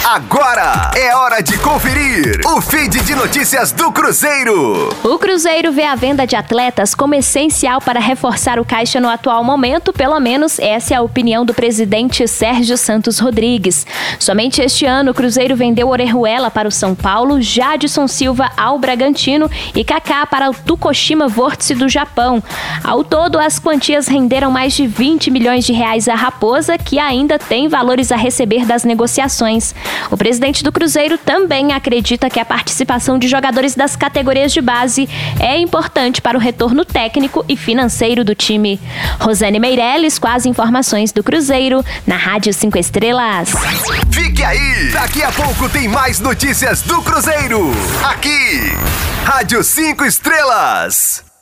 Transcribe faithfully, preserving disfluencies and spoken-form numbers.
Agora é hora de conferir o feed de notícias do Cruzeiro. O Cruzeiro vê a venda de atletas como essencial para reforçar o caixa no atual momento, pelo menos essa é a opinião do presidente Sérgio Santos Rodrigues. Somente este ano o Cruzeiro vendeu Orejuela para o São Paulo, Jadson Silva ao Bragantino e Kaká para o Tokushima Vórtice do Japão. Ao todo, as quantias renderam mais de vinte milhões de reais à Raposa, que ainda tem valores a receber das negociações. O presidente do Cruzeiro também acredita que a participação de jogadores das categorias de base é importante para o retorno técnico e financeiro do time. Rosane Meirelles com as informações do Cruzeiro na Rádio cinco Estrelas. Fique aí! Daqui a pouco tem mais notícias do Cruzeiro. Aqui, Rádio cinco Estrelas.